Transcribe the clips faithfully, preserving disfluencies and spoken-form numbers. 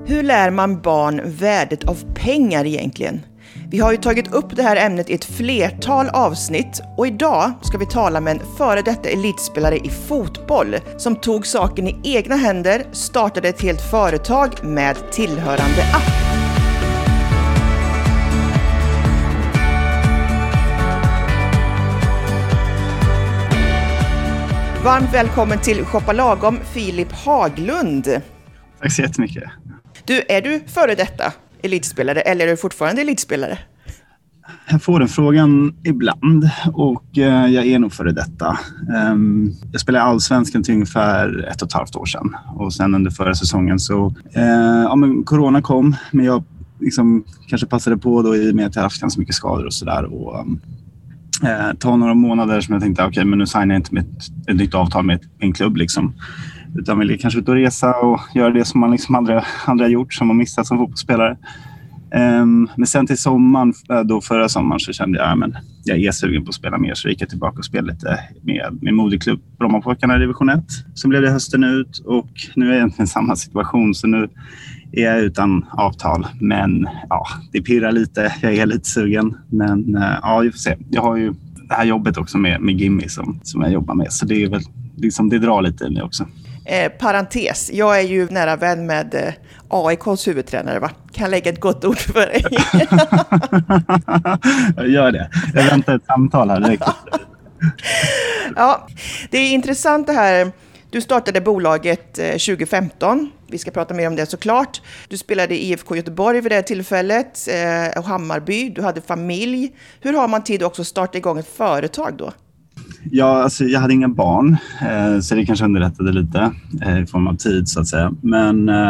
Hur lär man barn värdet av pengar egentligen? Vi har ju tagit upp det här ämnet i ett flertal avsnitt och idag ska vi tala med en före detta elitspelare i fotboll som tog saken i egna händer, startade ett helt företag med tillhörande app. Varmt välkommen till Shoppa Lagom, Filip Haglund. Tack så jättemycket. Du, är du före detta elitspelare eller är du fortfarande elitspelare? Jag får den frågan ibland och jag är nog före detta. Jag spelade Allsvenskan till ungefär ett och ett halvt år sedan och sen under förra säsongen så ja, men corona kom, men jag liksom kanske passade på då i och med att jag haft ganska mycket skador och sådär och eh, ta några månader som jag tänkte okej, okay, men nu signar jag inte med ett, ett nytt avtal med en klubb liksom. Utan vill kanske ut och resa och göra det som man liksom aldrig, aldrig har gjort, som man missat som fotbollsspelare. Um, men sen till sommaren, då förra sommaren så kände jag att jag är sugen på att spela mer. Så gick jag tillbaka och spelade lite med min moderklubb Brommapojkarna i division ett. Så blev det hösten ut och nu är jag egentligen samma situation. Så nu är jag utan avtal. Men ja, det pirrar lite. Jag är lite sugen. Men uh, ja, vi får se. Jag har ju det här jobbet också med, med Gimmy som, som jag jobbar med. Så det är väl liksom, det drar lite i mig också. Eh, parentes, jag är ju nära vän med eh, A I K:s huvudtränare, va? Kan jag lägga ett gott ord för dig? Jag gör det. Jag väntar ett samtal här direkt. Ja, det är intressant det här. Du startade bolaget eh, tjugo femton. Vi ska prata mer om det såklart. Du spelade i I F K Göteborg vid det tillfället eh, och Hammarby. Du hade familj. Hur har man tid också att starta igång ett företag då? Ja, alltså jag hade inga barn eh, så det kanske underlättade lite eh, i form av tid så att säga. Men eh,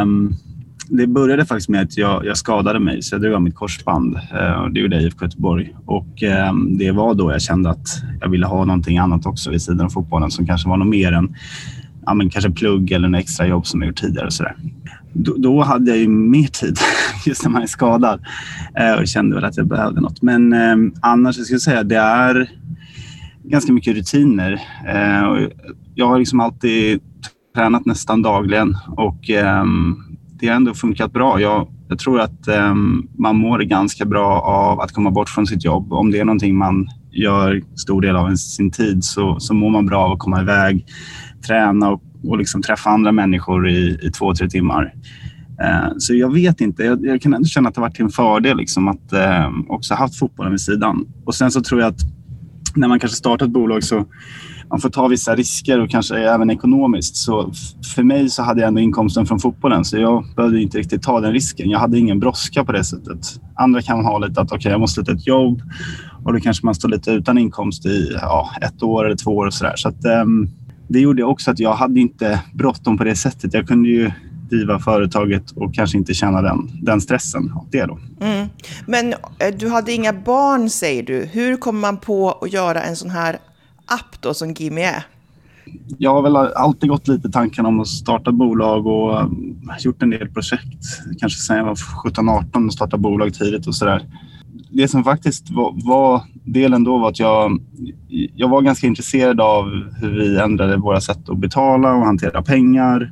det började faktiskt med att jag, jag skadade mig så jag drog av mitt korsband eh, och det gjorde jag i I F K Göteborg. Och eh, det var då jag kände att jag ville ha någonting annat också vid sidan av fotbollen som kanske var något mer än ja, men kanske plugg eller en extra jobb som jag gjort tidigare och sådär. Då, då hade jag ju mer tid just när man är skadad eh, och kände väl att jag behövde något. Men eh, annars skulle jag säga det är ganska mycket rutiner. Eh, jag har liksom alltid tränat nästan dagligen och eh, det har ändå funkat bra. Jag, jag tror att eh, man mår ganska bra av att komma bort från sitt jobb. Om det är någonting man gör stor del av sin tid så, så mår man bra av att komma iväg, träna och, och liksom träffa andra människor i, i två, tre timmar. Eh, så jag vet inte, jag, jag kan ändå känna att det har varit en fördel liksom, att eh, också haft fotbollen vid sidan. Och sen så tror jag att när man kanske startar ett bolag så man får ta vissa risker och kanske även ekonomiskt. Så för mig så hade jag ändå inkomsten från fotbollen så jag behövde inte riktigt ta den risken. Jag hade ingen brådska på det sättet. Andra kan ha lite att okej, okay, jag måste ta ett jobb och då kanske man står lite utan inkomst i ja, ett år eller två år och sådär. Så att, um, det gjorde också att jag hade inte bråttom på det sättet. Jag kunde ju driva företaget och kanske inte känna den, den stressen av det då. Mm. Men du hade inga barn säger du. Hur kommer man på att göra en sån här app då som Gimmy är? Jag har väl alltid gått lite tanken om att starta bolag och gjort en del projekt. Kanske sen jag var sjutton arton och startade bolag tidigt och sådär. Det som faktiskt var, var delen då var att jag, jag var ganska intresserad av hur vi ändrade våra sätt att betala och hantera pengar.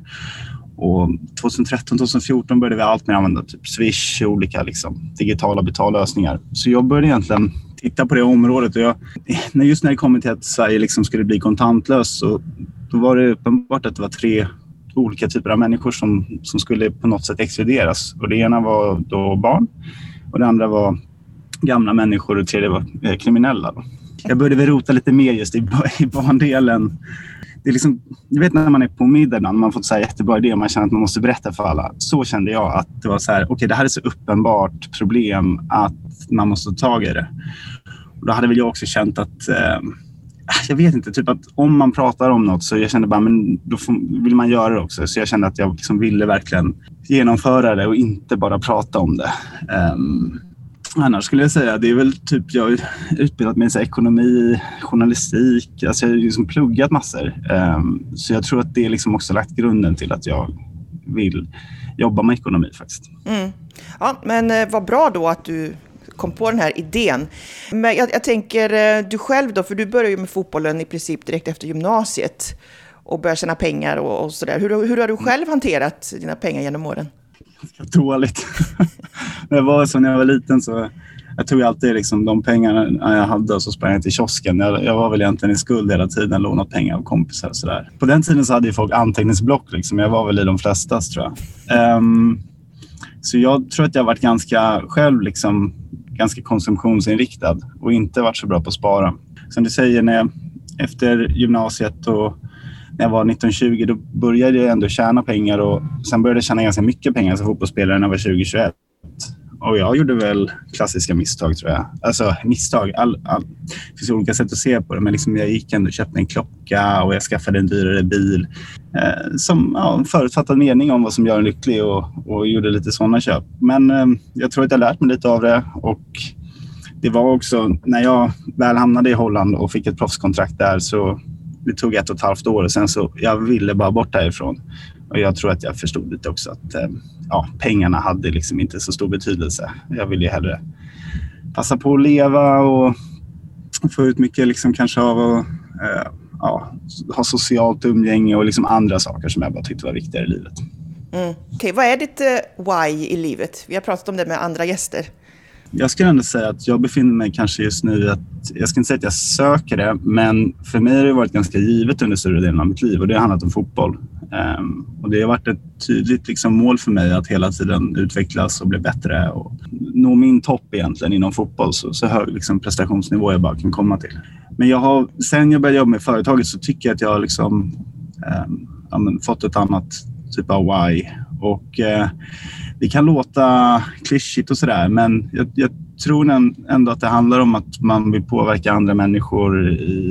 Och tjugohundratretton tjugohundrafjorton började vi allt mer använda typ Swish och olika liksom, digitala betallösningar. Så jag började egentligen titta på det området. Och jag, just när det kom till att Sverige liksom skulle bli kontantlös så då var det uppenbart att det var tre olika typer av människor som, som skulle på något sätt exkluderas. Och det ena var då barn och det andra var gamla människor och det tredje var eh, kriminella. Då. Jag började väl rota lite mer just i, i barndelen. Det är liksom, jag vet när man är på middag när man får så här jättebra idé och man känner att man måste berätta för alla. Så kände jag att det var så här, okej okay, det här är så uppenbart problem att man måste ta tag i det. Och då hade väl jag också känt att, eh, jag vet inte, typ att om man pratar om något så jag kände bara, men då får, vill man göra det också. Så jag kände att jag liksom ville verkligen genomföra det och inte bara prata om det. Um, Annars skulle jag säga, det är väl typ, jag har utbildat mig i ekonomi, journalistik, alltså jag har liksom pluggat massor. Um, så jag tror att det liksom också lagt grunden till att jag vill jobba med ekonomi faktiskt. Mm. Ja, men eh, vad bra då att du kom på den här idén. Men jag, jag tänker, eh, du själv då, för du började ju med fotbollen i princip direkt efter gymnasiet och började tjäna pengar och, och sådär. Hur, hur har du själv hanterat dina pengar genom åren? ganska dåligt. Det var så när jag var liten så jag tog alltid liksom de pengarna jag hade och så sprang jag till kiosken. Jag, jag var väl egentligen i skuld hela tiden, lånat pengar av kompisar och sådär. På den tiden så hade ju folk anteckningsblock liksom. Jag var väl i de flestas tror jag. Um, så jag tror att jag har varit ganska själv liksom, ganska konsumtionsinriktad och inte varit så bra på att spara. Som du säger, när jag, efter gymnasiet och när jag var nitton tjugo då började jag ändå tjäna pengar och sen började jag tjäna ganska mycket pengar som fotbollsspelare när jag var tjugo tjugoett. Och jag gjorde väl klassiska misstag tror jag. Alltså misstag, all, all, det finns olika sätt att se på det. Men liksom jag gick ändå och köpte en klocka och jag skaffade en dyrare bil. Eh, som ja, förutfattad mening om vad som gör en lycklig och, och gjorde lite sådana köp. Men eh, jag tror att jag lärt mig lite av det. Och det var också när jag väl hamnade i Holland och fick ett proffskontrakt där så det tog ett och ett halvt år och sen så jag ville bara bort därifrån. Och jag tror att jag förstod lite också att ja, pengarna hade liksom inte så stor betydelse. Jag ville ju hellre passa på att leva och få ut mycket liksom kanske av att eh, ja, ha socialt umgänge och liksom andra saker som jag bara tyckte var viktigare i livet. Mm. Okej, okay, vad är ditt uh, why i livet? Vi har pratat om det med andra gäster. Jag skulle ändå säga att jag befinner mig kanske just nu att jag ska inte säga att jag söker det, men för mig har det varit ganska givet under större delen av mitt liv och det har handlat om fotboll. Um, och det har varit ett tydligt liksom, mål för mig att hela tiden utvecklas och bli bättre och nå min topp egentligen inom fotboll så, så hög liksom, prestationsnivå jag bara kan komma till. Men jag har, sen jag började jobba med företaget så tycker jag att jag har liksom, um, ja, men, fått ett annat typ av why och uh, det kan låta klyschigt och sådär, men jag, jag tror ändå att det handlar om att man vill påverka andra människor i,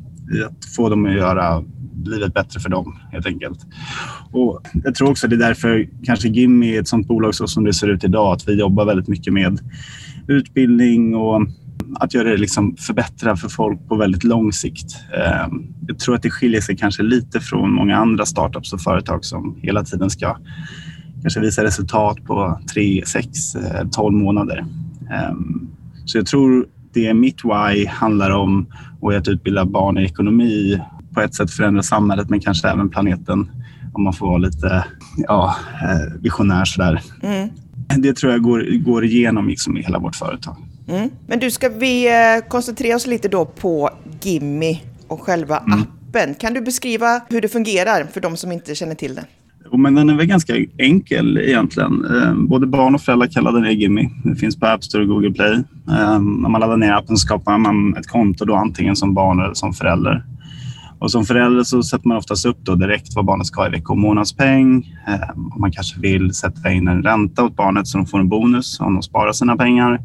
i att få dem att göra livet bättre för dem, helt enkelt. Och jag tror också att det är därför kanske Gimmi är ett sånt bolag så som det ser ut idag, att vi jobbar väldigt mycket med utbildning och att göra det liksom förbättra för folk på väldigt lång sikt. Jag tror att det skiljer sig kanske lite från många andra startups och företag som hela tiden ska kanske visa resultat på tre, sex, tolv månader. Så jag tror det mitt why handlar om att utbilda barn i ekonomi, på ett sätt förändra samhället men kanske även planeten om man får vara lite ja, visionär sådär. Mm. Det tror jag går, går igenom liksom i hela vårt företag. Mm. Men du, ska vi koncentrera oss lite då på Gimmi och själva mm. appen. Kan du beskriva hur det fungerar för de som inte känner till det? Men den är väl ganska enkel egentligen. Både barn och föräldrar kallar den Gimmi. Det finns på App Store och Google Play. När man laddar ner appen skapar man ett konto då antingen som barn eller som förälder. Och som förälder så sätter man oftast upp då direkt vad barnet ska ha i veck- och månadspeng. Man kanske vill sätta in en ränta åt barnet så de får en bonus om de sparar sina pengar.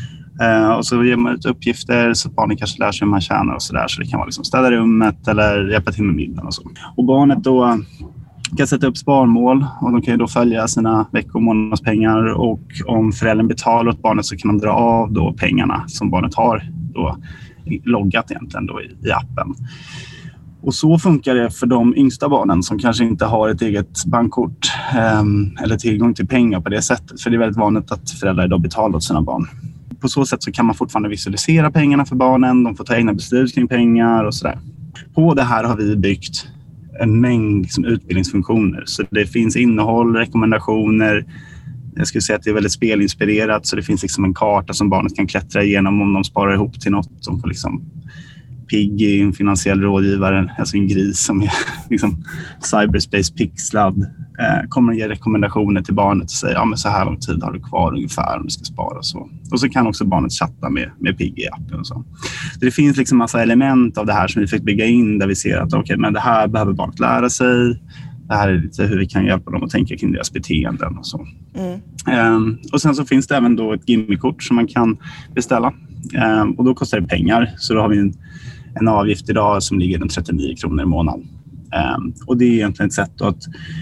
Och så ger man ut uppgifter så att barnet kanske lär sig hur man tjänar och sådär. Så det kan vara liksom städa rummet eller hjälpa till med middagen och så. Och barnet då kan sätta upp sparmål och de kan ju då följa sina veck- och månadspengar och om föräldern betalar åt barnet så kan de dra av då pengarna som barnet har då loggat egentligen då i, i appen. Och så funkar det för de yngsta barnen som kanske inte har ett eget bankkort eh, eller tillgång till pengar på det sättet. För det är väldigt vanligt att föräldrar idag betalar åt sina barn. På så sätt så kan man fortfarande visualisera pengarna för barnen. De får ta egna beslut kring pengar och sådär. På det här har vi byggt en mängd liksom, utbildningsfunktioner. Så det finns innehåll, rekommendationer. Jag skulle säga att det är väldigt spelinspirerat. Så det finns liksom en karta som barnet kan klättra igenom om de sparar ihop till något. Som får liksom Piggy, en finansiell rådgivare, alltså en gris som är liksom cyberspace pixlad, eh, kommer att ge rekommendationer till barnet och säga ja, men så här lång tid har du kvar ungefär om du ska spara. Och så, och så kan också barnet chatta med, med Piggy i appen och så. så. Det finns liksom massa element av det här som vi fick bygga in där vi ser att okay, men det här behöver barnet lära sig. Det här är lite hur vi kan hjälpa dem att tänka kring deras beteenden och så. Mm. Um, och sen så finns det även då ett Gimmi-kort som man kan beställa. Um, och då kostar det pengar. Så då har vi en, en avgift idag som ligger runt trettionio kronor i månaden. Um, och det är egentligen ett sätt att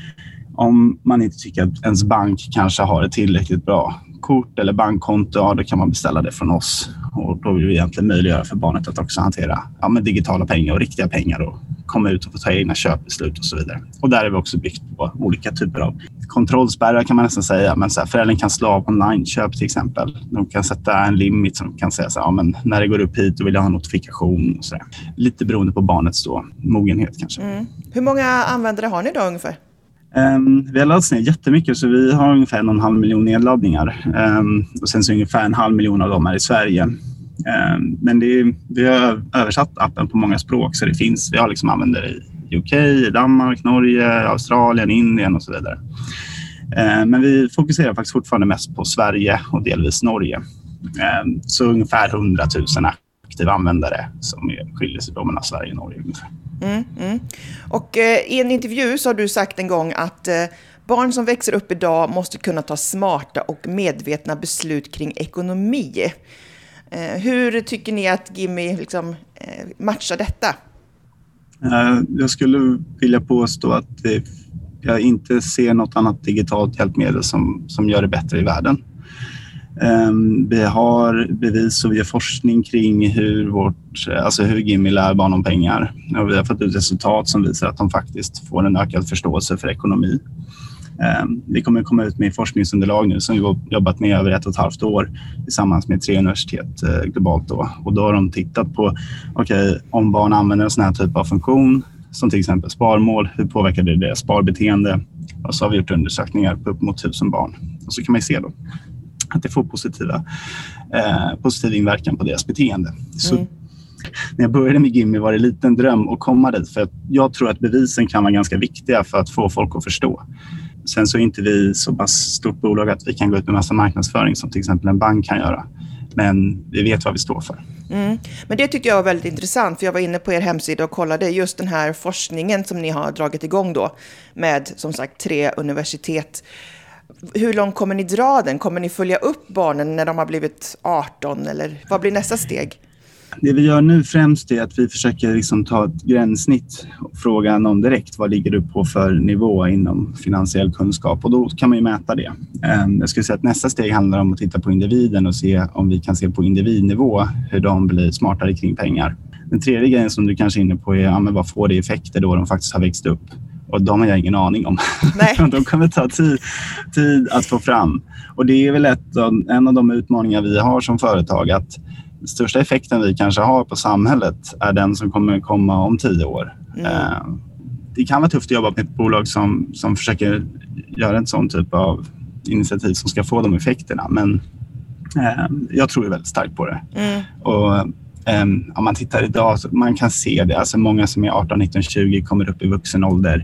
om man inte tycker att ens bank kanske har ett tillräckligt bra kort eller bankkonto, ja, då kan man beställa det från oss. Och då vill vi egentligen möjliggöra för barnet att också hantera ja, men digitala pengar och riktiga pengar och komma ut och få ta egna köpbeslut och så vidare. Och där är vi också byggt på olika typer av kontrollspärrar kan man nästan säga. Men så här, föräldern kan slå av online-köp till exempel. De kan sätta en limit som kan säga så här, ja, men när det går upp hit då vill jag ha notifikation och så där. Lite beroende på barnets då, mogenhet kanske. Mm. Hur många användare har ni då ungefär? Um, vi har laddat ner jättemycket, så vi har ungefär en och en halv miljon nedladdningar. Um, och sen så ungefär en halv miljon av dem är i Sverige. Um, men det är, vi har översatt appen på många språk, så det finns, vi har liksom användare i U K, i Danmark, Norge, Australien, Indien och så vidare. Um, men vi fokuserar faktiskt fortfarande mest på Sverige och delvis Norge. Um, så ungefär hundratusen aktiva användare som är, skiljer sig då mellan Sverige och Norge ungefär. Mm, mm. Och eh, i en intervju så har du sagt en gång att eh, barn som växer upp idag måste kunna ta smarta och medvetna beslut kring ekonomi. Eh, hur tycker ni att Gimmi liksom, eh, matchar detta? Uh, jag skulle vilja påstå att eh, jag inte ser något annat digitalt hjälpmedel som, som gör det bättre i världen. Um, vi har bevis och vi har forskning kring hur, vårt, alltså hur Gimmi lär barn om pengar. Och vi har fått ut resultat som visar att de faktiskt får en ökad förståelse för ekonomi. Um, vi kommer att komma ut med forskningsunderlag nu som vi har jobbat med över ett och ett halvt år tillsammans med tre universitet uh, globalt. Då. Och då har de tittat på okay, om barn använder en sån här typ av funktion som till exempel sparmål, hur påverkar det deras sparbeteende? Och så har vi gjort undersökningar på upp mot tusen barn. Och så kan man se då att det får positiva, eh, positiv inverkan på deras beteende. Så mm. när jag började med Gimmi var det en liten dröm att komma dit. För att jag tror att bevisen kan vara ganska viktiga för att få folk att förstå. Sen så är inte vi så pass stort bolag att vi kan gå ut med massa marknadsföring som till exempel en bank kan göra. Men vi vet vad vi står för. Mm. Men det tyckte jag var väldigt intressant, för jag var inne på er hemsida och kollade just den här forskningen som ni har dragit igång då med som sagt tre universitet. Hur långt kommer ni dra den? Kommer ni följa upp barnen när de har blivit arton eller vad blir nästa steg? Det vi gör nu främst är att vi försöker liksom ta ett gränssnitt och fråga någon direkt vad ligger du på för nivå inom finansiell kunskap, och då kan man ju mäta det. Jag skulle säga att nästa steg handlar om att titta på individen och se om vi kan se på individnivå hur de blir smartare kring pengar. Den tredje grejen som du kanske är inne på är ja, men vad får det effekter då de faktiskt har växt upp? Och de har jag ingen aning om. Nej. De kommer ta tid, tid att få fram. Och det är väl ett av, en av de utmaningar vi har som företag, att den största effekten vi kanske har på samhället är den som kommer komma om tio år. Mm. Uh, det kan vara tufft att jobba med ett bolag som, som försöker göra en sån typ av initiativ som ska få de effekterna. Men uh, jag tror väldigt starkt på det. Mm. Och Um, om man tittar idag så man kan se det. Alltså många som är arton, nitton, tjugo kommer upp i vuxen ålder.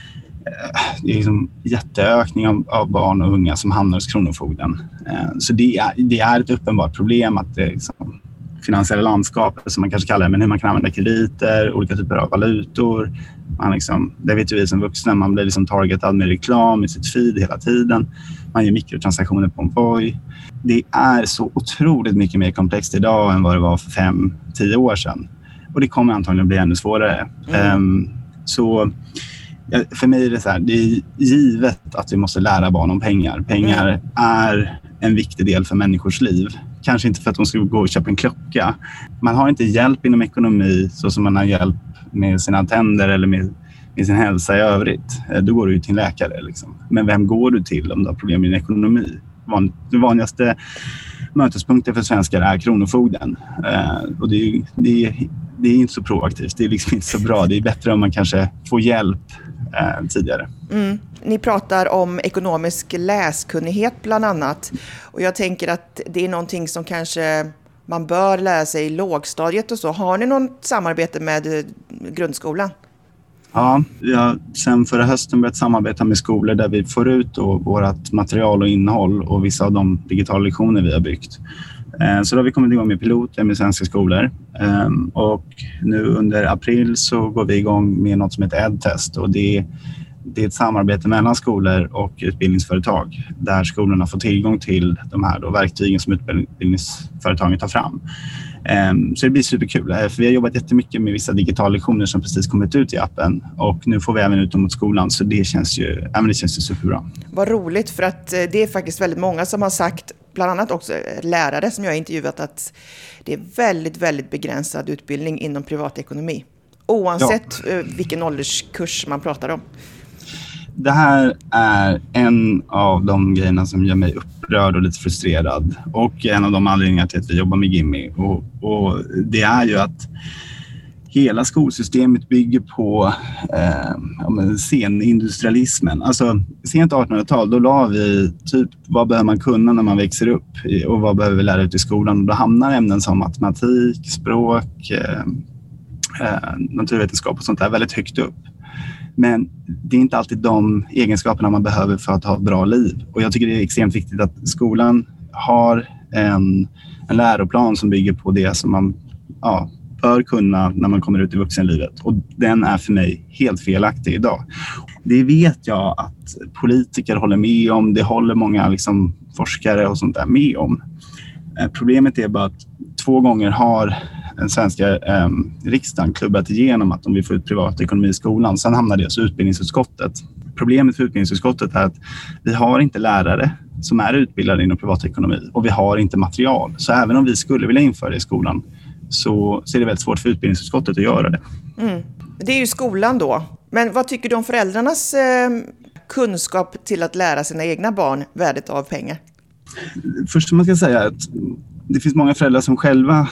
Uh, det är liksom jätteökning av, av barn och unga som hamnar hos Kronofogden. Uh, så det är, det är ett uppenbart problem att det liksom, finansiella landskapet som man kanske kallar det, men hur man kan använda krediter, olika typer av valutor. Man liksom, det vet ju vi som vuxna, man blir liksom targetad med reklam i sitt feed hela tiden. Man gör mikrotransaktioner på en Voi. Det är så otroligt mycket mer komplext idag än vad det var för fem, tio år sedan. Och det kommer antagligen bli ännu svårare. Mm. Um, så för mig är det så här, det är givet att vi måste lära barn om pengar. Pengar mm. är en viktig del för människors liv. Kanske inte för att de ska gå och köpa en klocka. Man har inte hjälp inom ekonomi så som man har hjälp med sina tänder eller med, med sin hälsa i övrigt. Då går du ju till en läkare. Liksom. Men vem går du till om du har problem med din ekonomi? Van, det vanligaste mötespunkten för svenskar är Kronofogden. Uh, och det är, det, är, det är inte så proaktivt. Det är liksom inte så bra. Det är bättre om man kanske får hjälp uh, tidigare. Mm. Ni pratar om ekonomisk läskunnighet bland annat. Och jag tänker att det är någonting som kanske man bör lära sig i lågstadiet och så. Har ni något samarbete med grundskolan? Ja, vi har sen förra hösten börjat samarbeta med skolor där vi får ut då vårt material och innehåll och vissa av de digitala lektioner vi har byggt. Så då har vi kommit igång med piloter med svenska skolor. Och nu under april så går vi igång med något som heter EdTest, och det är Det är ett samarbete mellan skolor och utbildningsföretag där skolorna får tillgång till de här då verktygen som utbildningsföretagen tar fram. Så det blir superkul. För vi har jobbat jättemycket med vissa digitala lektioner som precis kommit ut i appen, och nu får vi även ut dem mot skolan, så det känns ju, ja, men det känns ju superbra. Vad roligt, för att det är faktiskt väldigt många som har sagt, bland annat också lärare som jag har intervjuat, att det är väldigt, väldigt begränsad utbildning inom privatekonomi. Oavsett ja. vilken ålderskurs man pratar om. Det här är en av de grejerna som gör mig upprörd och lite frustrerad, och en av de anledningar till att vi jobbar med Gimmi. Och, och det är ju att hela skolsystemet bygger på eh, senindustrialismen. Alltså sent artonhundratal, då la vi typ vad behöver man kunna när man växer upp och vad behöver vi lära ut i skolan. Och då hamnar ämnen som matematik, språk, eh, eh, naturvetenskap och sånt där väldigt högt upp. Men det är inte alltid de egenskaperna man behöver för att ha ett bra liv. Och jag tycker det är extremt viktigt att skolan har en, en läroplan som bygger på det som man ja, bör kunna när man kommer ut i vuxenlivet. Och den är för mig helt felaktig idag. Det vet jag att politiker håller med om. Det håller många liksom, forskare och sånt där med om. Eh, problemet är bara att två gånger har den svenska eh, riksdagen klubbat igenom att om vi får ut privatekonomi i skolan. Sen hamnar det hos utbildningsutskottet. Problemet för utbildningsutskottet är att vi har inte lärare som är utbildade inom privatekonomi och vi har inte material. Så även om vi skulle vilja införa det i skolan så, så är det väldigt svårt för utbildningsutskottet att göra det. Mm. Det är ju skolan då. Men vad tycker du om föräldrarnas eh, kunskap till att lära sina egna barn värdet av pengar? Först man ska säga att det finns många föräldrar som själva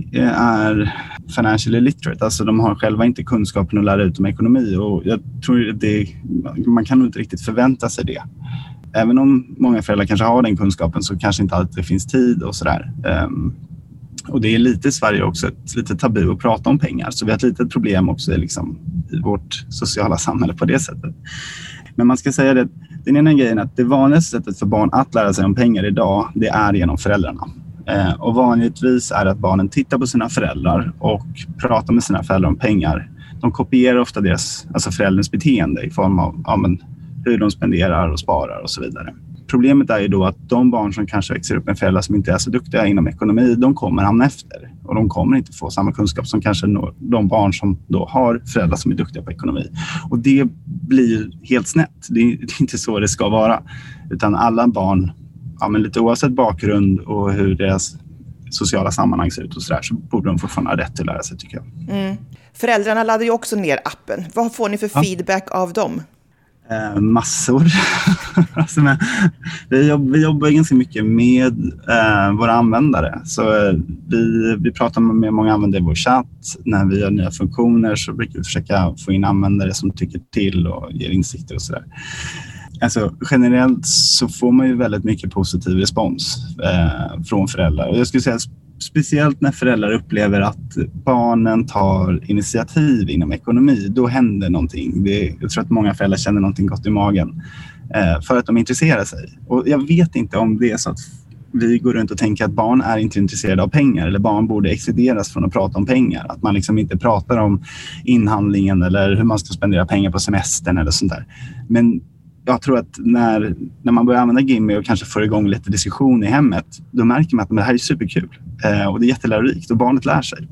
är financially literate. Alltså de har själva inte kunskapen att lära ut om ekonomi. Och jag tror att det, man kan nog inte riktigt förvänta sig det. Även om många föräldrar kanske har den kunskapen så kanske inte alltid finns tid och sådär. Um, och det är lite i Sverige också ett litet tabu att prata om pengar. Så vi har ett litet problem också liksom, i vårt sociala samhälle på det sättet. Men man ska säga det, den ena grejen att det vanligaste sättet för barn att lära sig om pengar idag, det är genom föräldrarna. Eh, och vanligtvis är det att barnen tittar på sina föräldrar och pratar med sina föräldrar om pengar. De kopierar ofta deras, alltså föräldrarnas beteende i form av ja, men, hur de spenderar och sparar och så vidare. Problemet är ju då att de barn som kanske växer upp med föräldrar som inte är så duktiga inom ekonomi, de kommer hamna efter. Och de kommer inte få samma kunskap som kanske de barn som då har föräldrar som är duktiga på ekonomi. Och det blir helt snett. Det är inte så det ska vara. Utan alla barn, ja, men lite oavsett bakgrund och hur deras sociala sammanhang ser ut och så där, så borde de fortfarande ha rätt till att lära sig, tycker jag. Mm. Föräldrarna laddar ju också ner appen. Vad får ni för ja. feedback av dem? Eh, massor. alltså, men, vi, jobb, vi jobbar ganska mycket med eh, våra användare. Så, eh, vi, vi pratar med många användare i vår chatt. När vi gör nya funktioner så brukar vi försöka få in användare som tycker till och ger insikter och sådär. Alltså, generellt så får man ju väldigt mycket positiv respons eh, från föräldrar. Och jag skulle säga speciellt när föräldrar upplever att barnen tar initiativ inom ekonomi, då händer någonting. Det, jag tror att många föräldrar känner någonting gott i magen eh, för att de intresserar sig. Och jag vet inte om det är så att vi går runt och tänker att barn är inte intresserade av pengar eller barn borde exkluderas från att prata om pengar. Att man liksom inte pratar om inhandlingen eller hur man ska spendera pengar på semestern eller sånt där. Men jag tror att när, när man börjar använda Gimmi och kanske får igång lite diskussion i hemmet, då märker man att det här är superkul eh, och det är jättelärorikt och barnet lär sig.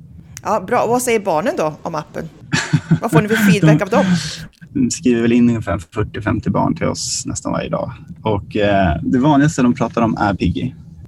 Ja, bra. Och vad säger barnen då om appen? Vad får ni för feedback de, av dem? De skriver väl in ungefär fyrtio till femtio barn till oss nästan varje dag. Och eh, det vanligaste de pratar om är Piggy.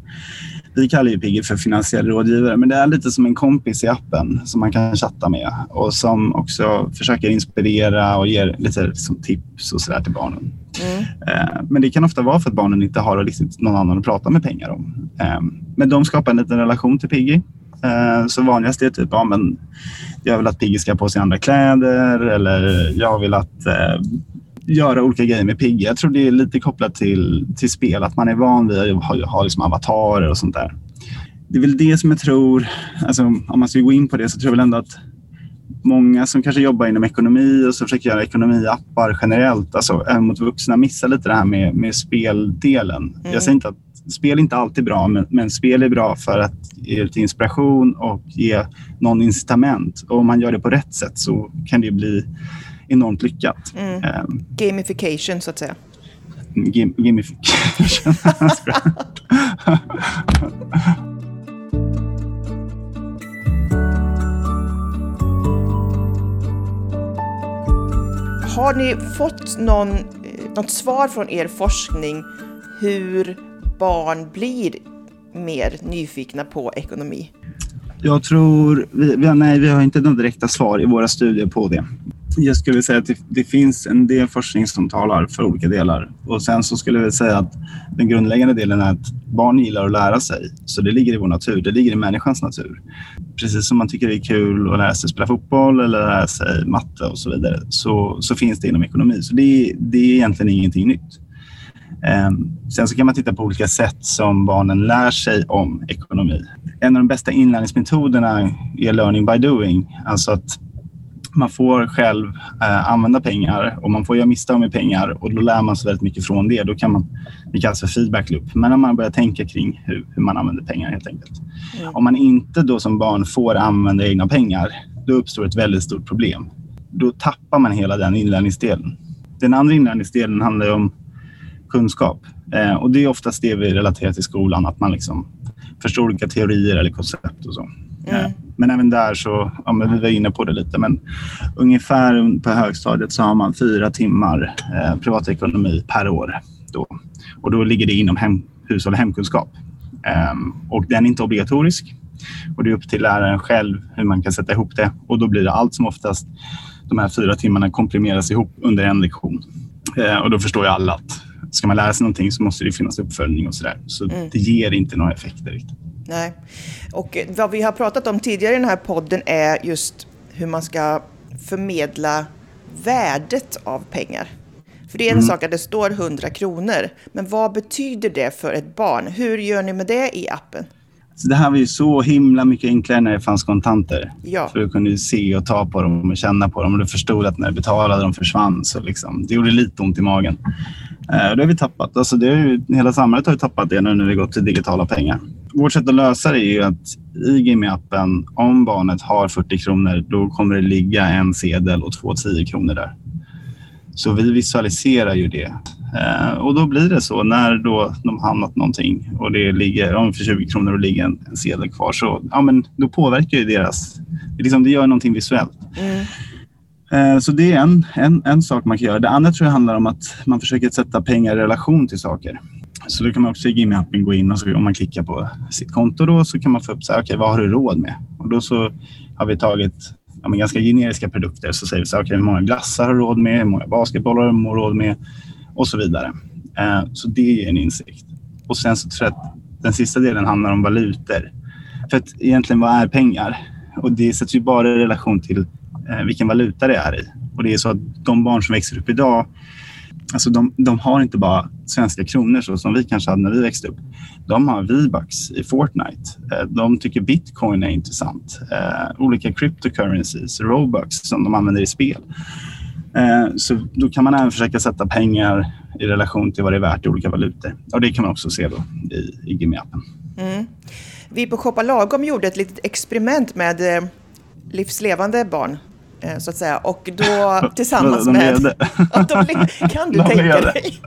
Vi kallar ju Piggy för finansiell rådgivare, men det är lite som en kompis i appen som man kan chatta med och som också försöker inspirera och ger lite liksom, tips och sådär till barnen. Mm. Eh, men det kan ofta vara för att barnen inte har liksom, någon annan att prata med pengar om. Eh, men de skapar en liten relation till Piggy. Eh, så vanligast är typ, ja men jag vill att Piggy ska på sig andra kläder eller jag vill att eh, göra olika grejer med Piggy. Jag tror det är lite kopplat till, till spel, att man är van vid att ha, ha liksom avatarer och sånt där. Det är väl det som jag tror, alltså om man ska gå in på det så tror jag väl ändå att många som kanske jobbar inom ekonomi och så försöker göra ekonomiappar generellt, alltså även mot vuxna, missar lite det här med, med speldelen. Mm. Jag säger inte att spel är inte alltid bra, men, men spel är bra för att ge lite inspiration och ge någon incitament. Och om man gör det på rätt sätt så kan det bli enormt lyckat. Mm. Um, Gamification så att säga. Gam- gamification. Har ni fått någon, något svar från er forskning hur barn blir mer nyfikna på ekonomi? Jag tror, vi, vi, nej, vi har inte några direkta svar i våra studier på det. Jag skulle säga att det, det finns en del forskning som talar för olika delar. Och sen så skulle jag säga att den grundläggande delen är att barn gillar att lära sig. Så det ligger i vår natur, det ligger i människans natur. Precis som man tycker det är kul att lära sig spela fotboll eller lära sig matte och så vidare. Så, så finns det inom ekonomi. Så det, det är egentligen ingenting nytt. Um, sen så kan man titta på olika sätt som barnen lär sig om ekonomi. En av de bästa inlärningsmetoderna är learning by doing. Alltså att man får själv eh, använda pengar och man får göra misstag med pengar och då lär man sig väldigt mycket från det. Då kan man, det kallas för feedback loop. Men när man börjar tänka kring hur, hur man använder pengar helt enkelt. Mm. Om man inte då som barn får använda egna pengar, då uppstår ett väldigt stort problem. Då tappar man hela den inlärningsdelen. Den andra inlärningsdelen handlar om kunskap. Eh, och det är oftast det vi relaterar till skolan, att man liksom förstår olika teorier eller koncept och så. Mm. Eh, men även där så, ja, men vi var inne på det lite, men ungefär på högstadiet så har man fyra timmar eh, privatekonomi per år. Då. Och då ligger det inom hem, hushåll och hemkunskap. Eh, och den är inte obligatorisk. Och det är upp till läraren själv hur man kan sätta ihop det. Och då blir det allt som oftast, de här fyra timmarna komprimeras ihop under en lektion. Eh, och då förstår ju alla att ska man lära sig någonting så måste det finnas uppföljning och sådär. Så mm. det ger inte några effekter riktigt. Nej. Och vad vi har pratat om tidigare i den här podden är just hur man ska förmedla värdet av pengar. För det är en mm. sak att det står hundra kronor. Men vad betyder det för ett barn? Hur gör ni med det i appen? Så det här var ju så himla mycket enklare när det fanns kontanter. Ja. För du kunde se och ta på dem och känna på dem. Och du förstod att när du betalade de försvann. Så liksom, det gjorde lite ont i magen. Eh, och det har vi tappat. Alltså det är ju, hela samhället har ju tappat det nu när vi gått till digitala pengar. Vårt sätt att lösa det är ju att i G M E-appen, om barnet har fyrtio kronor, då kommer det ligga en sedel och två tio kronor där. Så vi visualiserar ju det. Eh, och då blir det så när då de hamnat någonting och det ligger om för tjugo kronor och ligger en, en sedel kvar, så ja, men då påverkar ju deras, det, liksom, det gör någonting visuellt. Mm. Eh, så det är en, en, en sak man kan göra. Det andra tror jag handlar om att man försöker sätta pengar i relation till saker. Så då kan man också i G M E-appen gå in och så, om man klickar på sitt konto då, så kan man få upp så här, okej, vad har du råd med? Och då så har vi tagit ja, men ganska generiska produkter, så säger vi så här, okej, hur många glassar har du råd med, hur många basketbollar har du råd med och så vidare. Eh, så det är en insikt. Och sen så tror jag att den sista delen handlar om valutor. För att egentligen, vad är pengar? Och det sätts ju bara i relation till eh, vilken valuta det är i. Och det är så att de barn som växer upp idag, alltså de, de har inte bara svenska kronor så som vi kanske hade när vi växte upp. De har V-bucks i Fortnite. De tycker Bitcoin är intressant. Eh, olika cryptocurrencies, Robux som de använder i spel. Eh, så då kan man även försöka sätta pengar i relation till vad det är värt i olika valutor. Och det kan man också se då i, i G M E-appen. Mm. Vi på Shoppa Lagom gjorde ett litet experiment med eh, livslevande barn. Så att säga. Och då tillsammans de med... de le- kan du de tänka dig?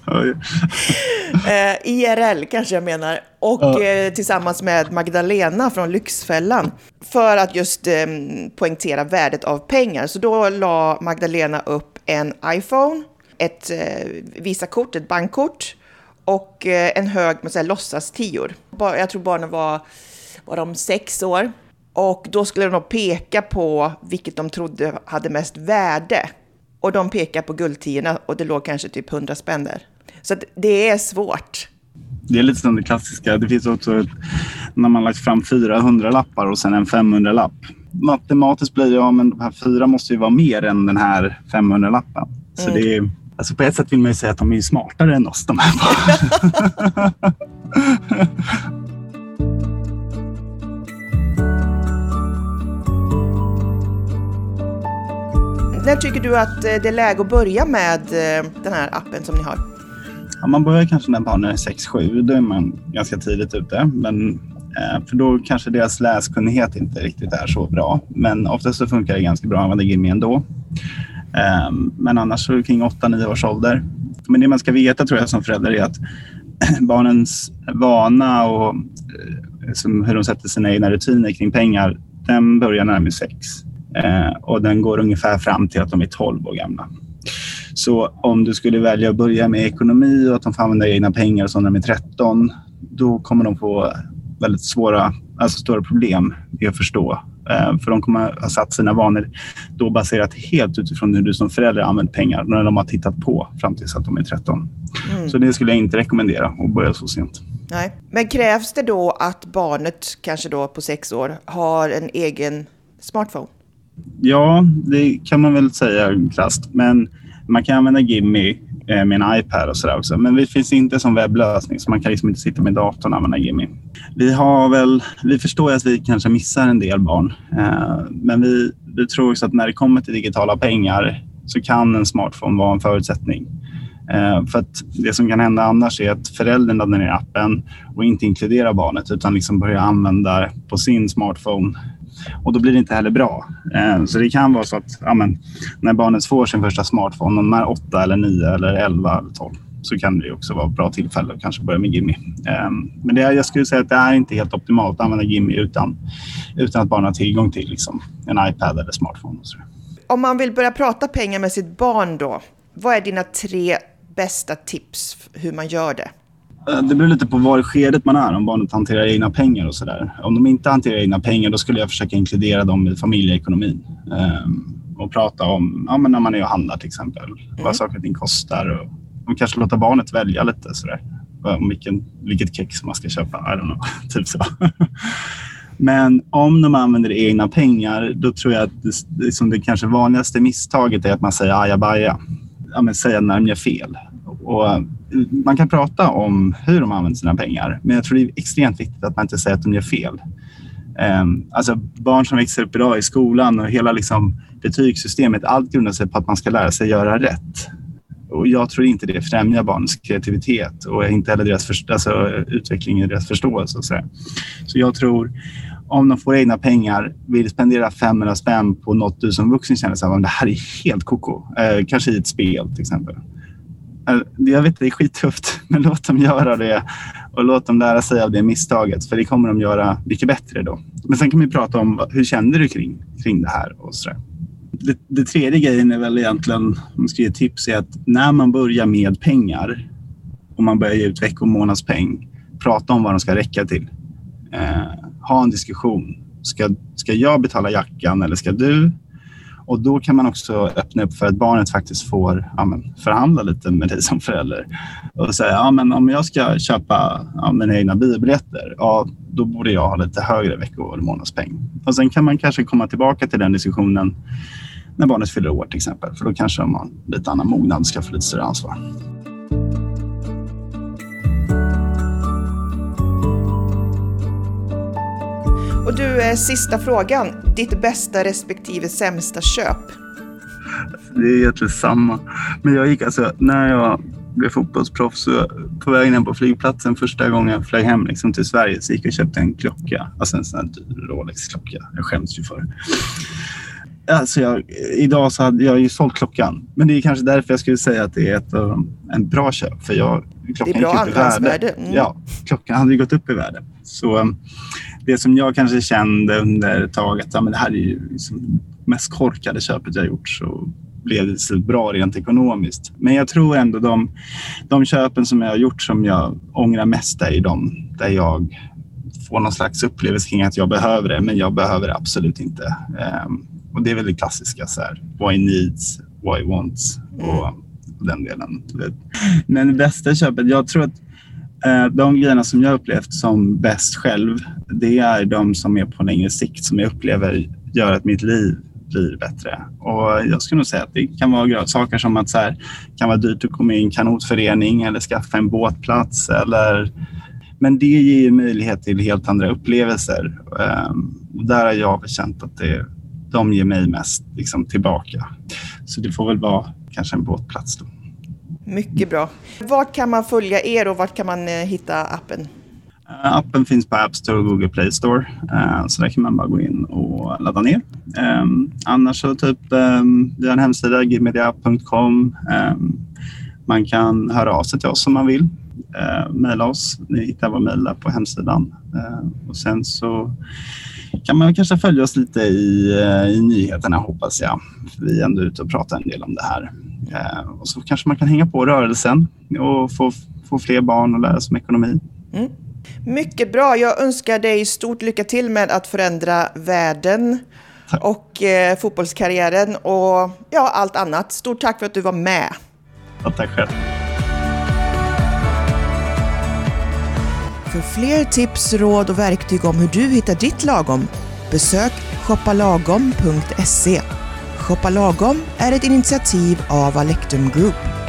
eh, I R L kanske jag menar. Och ja. eh, tillsammans med Magdalena från Lyxfällan. För att just eh, poängtera värdet av pengar. Så då la Magdalena upp en iPhone, ett eh, Visakort, ett bankkort. Och eh, en hög med så här, låtsastior. Jag tror barnen var, var de sex år. Och då skulle de peka på vilket de trodde hade mest värde. Och de pekar på guldtiorna och det låg kanske typ hundra spänn där. Så att det är svårt. Det är lite som det klassiska. Det finns också ett, när man lagt fram fyrahundra lappar och sen en femhundra lapp. Matematiskt blir det, ja, men de här fyra måste ju vara mer än den här femhundra lappen. Så mm. det är, alltså på ett sätt vill man ju säga att de är smartare än oss, de här barnen. När tycker du att det är läge att börja med den här appen som ni har? Ja, man börjar kanske när barnen är sex sju, då är man ganska tidigt ute. Men, eh, för då kanske deras läskunnighet inte riktigt är så bra. Men oftast så funkar det ganska bra att använda G M E ändå. Eh, men annars så är det kring åtta nio års ålder. Men det man ska veta tror jag som förälder är att barnens vana och eh, som hur de sätter sina egna rutiner kring pengar, den börjar närmare sex. Eh, och den går ungefär fram till att de är tolv år gamla. Så om du skulle välja att börja med ekonomi och att de får använda egna pengar och så när de är tretton, då kommer de få väldigt svåra, alltså stora problem med att förstå För de kommer ha satt sina vanor då baserat helt utifrån hur du som förälder använder pengar när de har tittat på fram tills att de är tretton. Mm. Så det skulle jag inte rekommendera att börja så sent. Nej. Men krävs det då att barnet, kanske då på sex år, har en egen smartphone? Ja, det kan man väl säga krasst. Men man kan använda Gimmy med en iPad och sådär också. Men det finns inte som webblösning, så man kan liksom inte sitta med datorn och använda Gimmy. Vi har väl, vi förstår att vi kanske missar en del barn. Men vi, vi tror också att när det kommer till digitala pengar så kan en smartphone vara en förutsättning. För att det som kan hända annars är att föräldern laddar ner appen och inte inkluderar barnet utan liksom börjar använda på sin smartphone. Och då blir det inte heller bra. Så det kan vara så att ja, men, när barnet får sin första smartphone, om de är åtta eller nio eller elva eller tolv, så kan det också vara ett bra tillfälle att kanske börja med Gimmy. Men det är, jag skulle säga att det är inte helt optimalt att använda Gimmy utan, utan att barnet har tillgång till liksom, en iPad eller smartphone. Och så. Om man vill börja prata pengar med sitt barn då, vad är dina tre bästa tips hur man gör det? Det beror lite på var i skedet man är, om barnet hanterar egna pengar och sådär. Om de inte hanterar egna pengar, då skulle jag försöka inkludera dem i familjeekonomin. Um, och prata om, ja, men när man är och handlar till exempel, mm. vad saker och ting kostar. Och, och kanske låta barnet välja lite sådär. Om vilken, vilket kex man ska köpa, I don't know, typ så. Men om de använder egna pengar, då tror jag att det, det, som det kanske vanligaste misstaget är att man säger ajabaja. Ja, men säga när de gör fel. Och man kan prata om hur de använder sina pengar, men jag tror det är extremt viktigt att man inte säger att de gör fel. Um, alltså barn som växer upp idag i skolan och hela liksom betygssystemet, allt grundar sig på att man ska lära sig göra rätt. Och jag tror inte det främjar barns kreativitet och inte heller deras för, alltså, utveckling i deras förståelse. Och så, så jag tror, om de får egna pengar, vill spendera femhundra spänn på något du som vuxen känner sig att det här är helt koko. Eh, kanske i ett spel till exempel. Eh, jag vet att det är skittufft, men låt dem göra det och låt dem lära sig av det misstaget, för det kommer de göra mycket bättre då. Men sen kan vi prata om hur kände du kring, kring det här och så. Det, det tredje grejen är väl egentligen, om man ska ge tips, är att när man börjar med pengar och man börjar ge ut veck- och månadspeng, prata om vad de ska räcka till. Eh, ha en diskussion. Ska, ska jag betala jackan eller ska du? Och då kan man också öppna upp för att barnet faktiskt får ja, men, förhandla lite med dig som förälder. Och säga, ja, men om jag ska köpa ja, mina egna biobiljetter, ja, då borde jag ha lite högre veckor och månadspeng. Och sen kan man kanske komma tillbaka till den diskussionen när barnet fyller år till exempel. För då kanske man har lite annan mognad, ska få lite större ansvar. Och du, sista frågan. Ditt bästa respektive sämsta köp? Det är egentligen samma. Men jag gick alltså, när jag blev fotbollsproffs, så på vägen hem på flygplatsen första gången jag flög hem liksom till Sverige, så gick jag och köpte en klocka. Alltså en sån här dyr Rolex-klocka. Jag skäms ju för. Alltså jag, idag så hade jag ju sålt klockan. Men det är kanske därför jag skulle säga att det är ett, en bra köp. För jag, klockan det är bra andrahandsvärde. Mm. Ja, klockan hade ju gått upp i värde. Så det som jag kanske kände under ett tag, att ja, men det här är ju liksom mest korkade köpet jag gjort, så blev det så bra rent ekonomiskt. Men jag tror ändå de, de köpen som jag har gjort som jag ångrar mest är de där jag får någon slags upplevelse kring att jag behöver det, men jag behöver det absolut inte. Um, och det är väl det klassiska så här, why needs, why wants och, och den delen. Men det bästa köpet, jag tror att uh, de grejerna som jag upplevt som bäst själv, det är de som är på längre sikt, som jag upplever gör att mitt liv blir bättre. Och jag skulle nog säga att det kan vara saker som att så här, kan vara dyrt att komma i en kanotförening eller skaffa en båtplats. Eller, men det ger ju möjlighet till helt andra upplevelser. Um, och där har jag känt att det, de ger mig mest liksom, tillbaka. Så det får väl vara kanske en båtplats då. Mycket bra. Vart kan man följa er och vart kan man eh, hitta appen? Uh, appen finns på App Store och Google Play Store. Uh, så där kan man bara gå in och ladda ner. Um, annars så typ um, vi har en hemsida, givemedia punkt com. Um, man kan höra av sig till oss om man vill. Uh, maila oss. Ni hittar vår mail där på hemsidan. Uh, och sen så kan man kanske följa oss lite i, uh, i nyheterna, hoppas jag. För vi är ändå ute och pratar en del om det här. Uh, och så kanske man kan hänga på rörelsen och få, få fler barn och lära sig om ekonomi. Mm. Mycket bra. Jag önskar dig stort lycka till med att förändra världen tack. och eh, fotbollskarriären och ja, allt annat. Stort tack för att du var med. Ja, tack själv. För fler tips, råd och verktyg om hur du hittar ditt lagom, besök shoppa lagom punkt se. Shoppa Lagom är ett initiativ av Alectum Group.